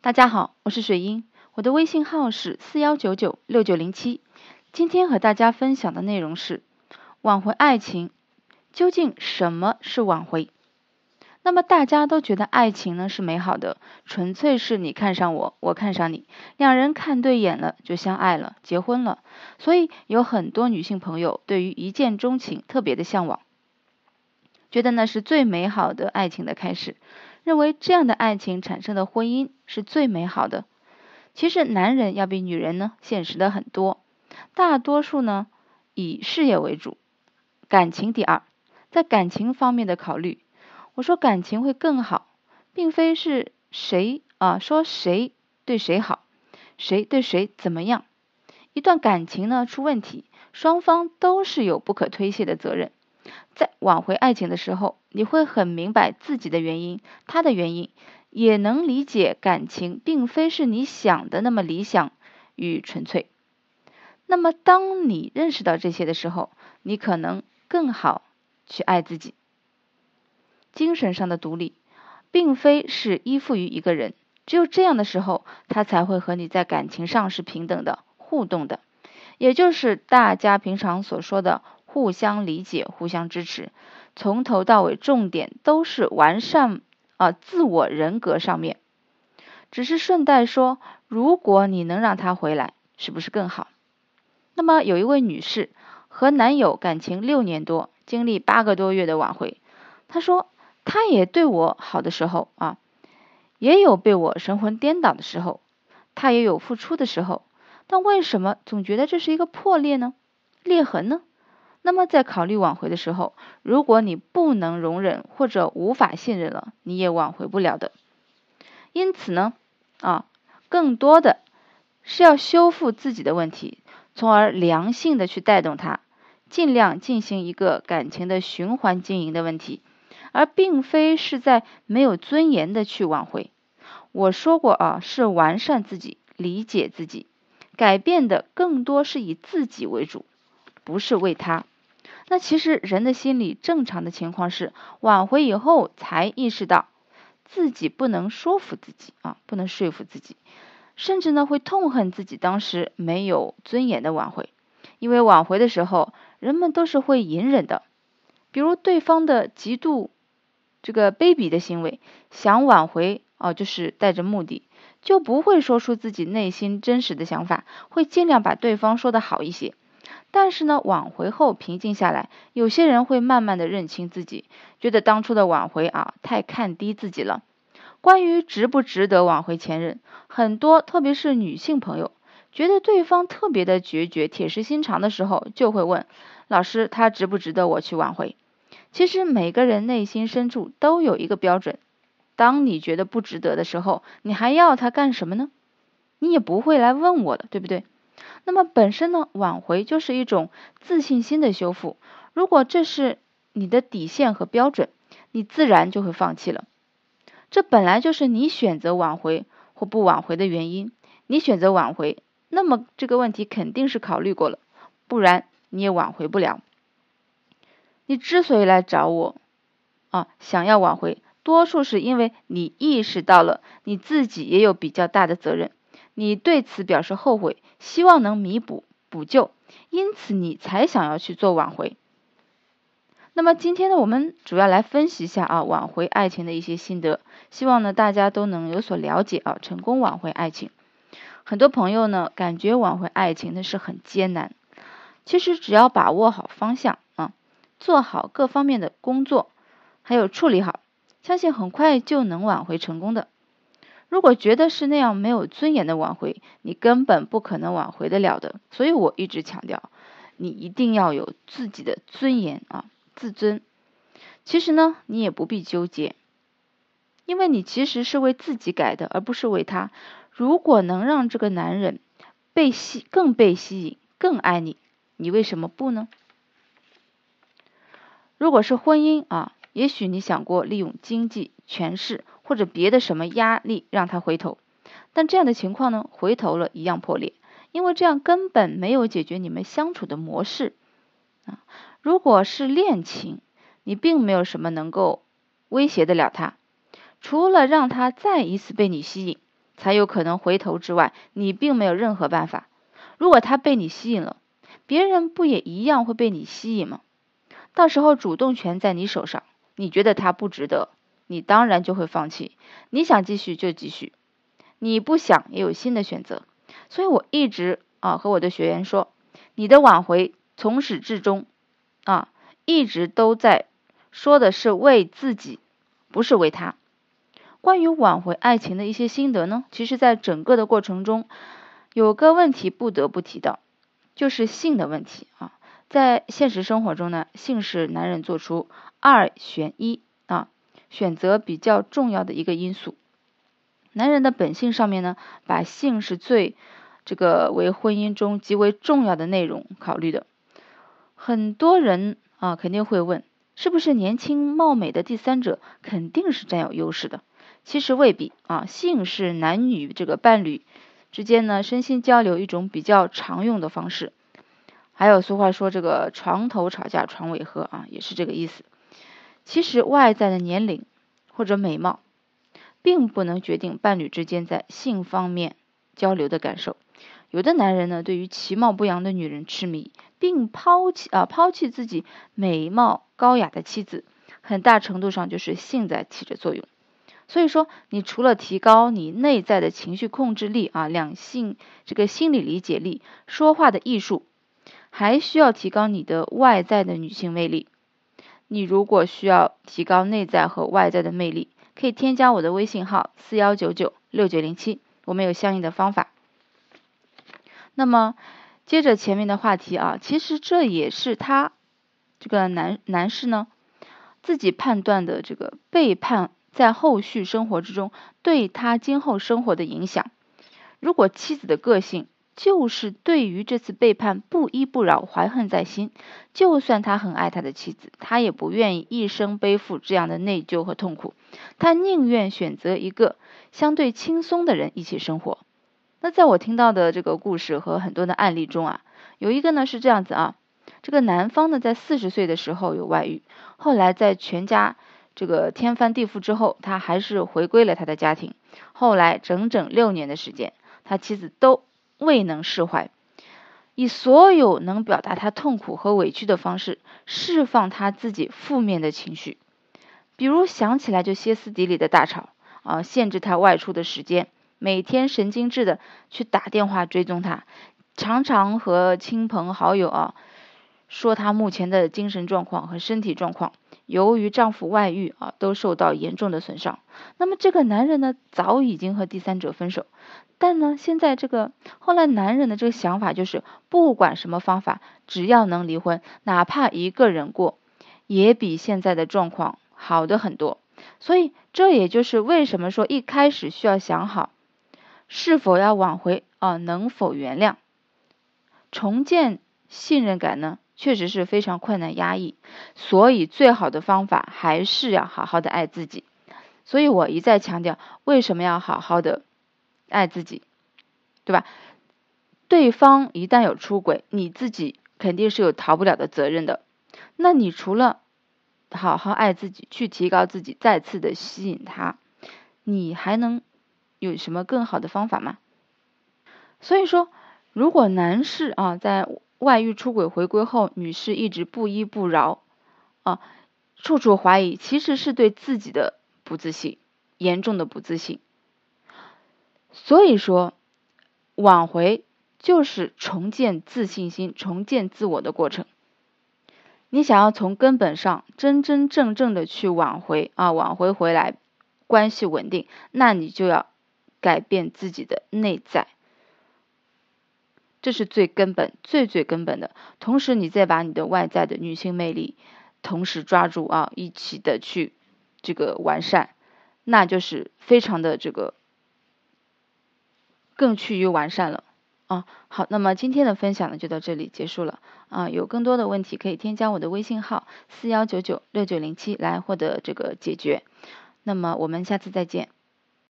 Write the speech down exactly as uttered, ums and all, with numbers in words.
大家好，我是水英，我的微信号是四幺九九六九零七。今天和大家分享的内容是挽回爱情，究竟什么是挽回？那么大家都觉得爱情呢是美好的，纯粹是你看上我，我看上你，两人看对眼了就相爱了，结婚了。所以有很多女性朋友对于一见钟情特别的向往，觉得那是最美好的爱情的开始，认为这样的爱情产生的婚姻是最美好的。其实男人要比女人呢现实的很多，大多数呢以事业为主，感情第二。在感情方面的考虑，我说感情会更好，并非是谁啊说谁对谁好，谁对谁怎么样。一段感情呢出问题，双方都是有不可推卸的责任。在挽回爱情的时候，你会很明白自己的原因，他的原因，也能理解感情并非是你想的那么理想与纯粹。那么当你认识到这些的时候，你可能更好去爱自己。精神上的独立并非是依附于一个人，只有这样的时候，他才会和你在感情上是平等的互动的，也就是大家平常所说的互相理解、互相支持。从头到尾重点都是完善啊、呃、自我人格上面。只是顺带说，如果你能让他回来，是不是更好？那么有一位女士和男友感情六年多，经历八个多月的挽回，她说他也对我好的时候啊，也有被我神魂颠倒的时候，他也有付出的时候，但为什么总觉得这是一个破裂呢？裂痕呢？那么在考虑挽回的时候，如果你不能容忍或者无法信任了，你也挽回不了的。因此呢，啊，更多的是要修复自己的问题，从而良性的去带动它，尽量进行一个感情的循环经营的问题，而并非是在没有尊严的去挽回。我说过啊，是完善自己，理解自己，改变的更多是以自己为主，不是为他。那其实人的心理正常的情况是，挽回以后才意识到自己不能说服自己啊，不能说服自己，甚至呢会痛恨自己当时没有尊严的挽回。因为挽回的时候，人们都是会隐忍的，比如对方的极度这个卑鄙的行为，想挽回啊，就是带着目的，就不会说出自己内心真实的想法，会尽量把对方说得好一些。但是呢，挽回后平静下来，有些人会慢慢的认清自己，觉得当初的挽回啊，太看低自己了。关于值不值得挽回前任，很多特别是女性朋友，觉得对方特别的决绝、铁石心肠的时候，就会问老师，他值不值得我去挽回？其实每个人内心深处都有一个标准，当你觉得不值得的时候，你还要他干什么呢？你也不会来问我的，对不对？那么本身呢，挽回就是一种自信心的修复。如果这是你的底线和标准，你自然就会放弃了。这本来就是你选择挽回或不挽回的原因。你选择挽回，那么这个问题肯定是考虑过了，不然你也挽回不了。你之所以来找我啊，想要挽回，多数是因为你意识到了你自己也有比较大的责任，你对此表示后悔，希望能弥补补救，因此你才想要去做挽回。那么今天呢，我们主要来分析一下啊挽回爱情的一些心得，希望呢大家都能有所了解啊，成功挽回爱情。很多朋友呢感觉挽回爱情呢是很艰难，其实只要把握好方向啊，做好各方面的工作，还有处理好，相信很快就能挽回成功的。如果觉得是那样没有尊严的挽回，你根本不可能挽回得了的。所以我一直强调，你一定要有自己的尊严啊，自尊。其实呢，你也不必纠结，因为你其实是为自己改的，而不是为他。如果能让这个男人被吸，更被吸引，更爱你，你为什么不呢？如果是婚姻啊，也许你想过利用经济、权势或者别的什么压力让他回头，但这样的情况呢，回头了一样破裂，因为这样根本没有解决你们相处的模式啊。如果是恋情，你并没有什么能够威胁得了他，除了让他再一次被你吸引， 才有可能回头之外，你并没有任何办法。如果他被你吸引了，别人不也一样会被你吸引吗？到时候主动权在你手上，你觉得他不值得，你当然就会放弃。你想继续就继续，你不想也有新的选择。所以我一直啊和我的学员说，你的挽回从始至终啊一直都在说的是为自己，不是为他。关于挽回爱情的一些心得呢，其实在整个的过程中，有个问题不得不提到，就是性的问题啊。在现实生活中呢，性是男人做出二选一啊选择比较重要的一个因素。男人的本性上面呢，把性是最这个为婚姻中极为重要的内容考虑的。很多人啊肯定会问，是不是年轻貌美的第三者肯定是占有优势的？其实未必啊，性是男女这个伴侣之间呢身心交流一种比较常用的方式。还有俗话说这个床头吵架床尾和啊，也是这个意思。其实外在的年龄或者美貌并不能决定伴侣之间在性方面交流的感受。有的男人呢对于其貌不扬的女人痴迷，并抛弃啊抛弃自己美貌高雅的妻子，很大程度上就是性在起着作用。所以说你除了提高你内在的情绪控制力啊，两性这个心理理解力，说话的艺术，还需要提高你的外在的女性魅力。你如果需要提高内在和外在的魅力，可以添加我的微信号四一九九六九零七，我们有相应的方法。那么接着前面的话题啊，其实这也是他这个男男士呢自己判断的这个背叛在后续生活之中对他今后生活的影响。如果妻子的个性就是对于这次背叛不依不饶，怀恨在心，就算他很爱他的妻子，他也不愿意一生背负这样的内疚和痛苦，他宁愿选择一个相对轻松的人一起生活。那在我听到的这个故事和很多的案例中啊，有一个呢是这样子啊，这个男方呢在四十岁的时候有外遇，后来在全家这个天翻地覆之后，他还是回归了他的家庭。后来整整六年的时间，他妻子都未能释怀，以所有能表达他痛苦和委屈的方式释放他自己负面的情绪，比如想起来就歇斯底里的大吵啊，限制他外出的时间，每天神经质的去打电话追踪他，常常和亲朋好友啊说他目前的精神状况和身体状况，由于丈夫外遇啊都受到严重的损伤。那么这个男人呢早已经和第三者分手，但呢现在这个后来男人的这个想法就是不管什么方法，只要能离婚，哪怕一个人过也比现在的状况好的很多。所以这也就是为什么说一开始需要想好是否要挽回啊，能否原谅。重建信任感呢确实是非常困难压抑，所以最好的方法还是要好好的爱自己。所以我一再强调，为什么要好好的爱自己，对吧？对方一旦有出轨，你自己肯定是有逃不了的责任的。那你除了好好爱自己，去提高自己，再次的吸引他，你还能有什么更好的方法吗？所以说，如果男士啊在外遇出轨回归后，女士一直不依不饶啊，处处怀疑，其实是对自己的不自信，严重的不自信。所以说挽回就是重建自信心，重建自我的过程。你想要从根本上真真正正的去挽回啊，挽回回来关系稳定，那你就要改变自己的内在，这是最根本最最根本的。同时你再把你的外在的女性魅力同时抓住啊，一起的去这个完善，那就是非常的这个更趋于完善了啊。好，那么今天的分享呢就到这里结束了啊。有更多的问题可以添加我的微信号四一九九六九零七来获得这个解决。那么我们下次再见。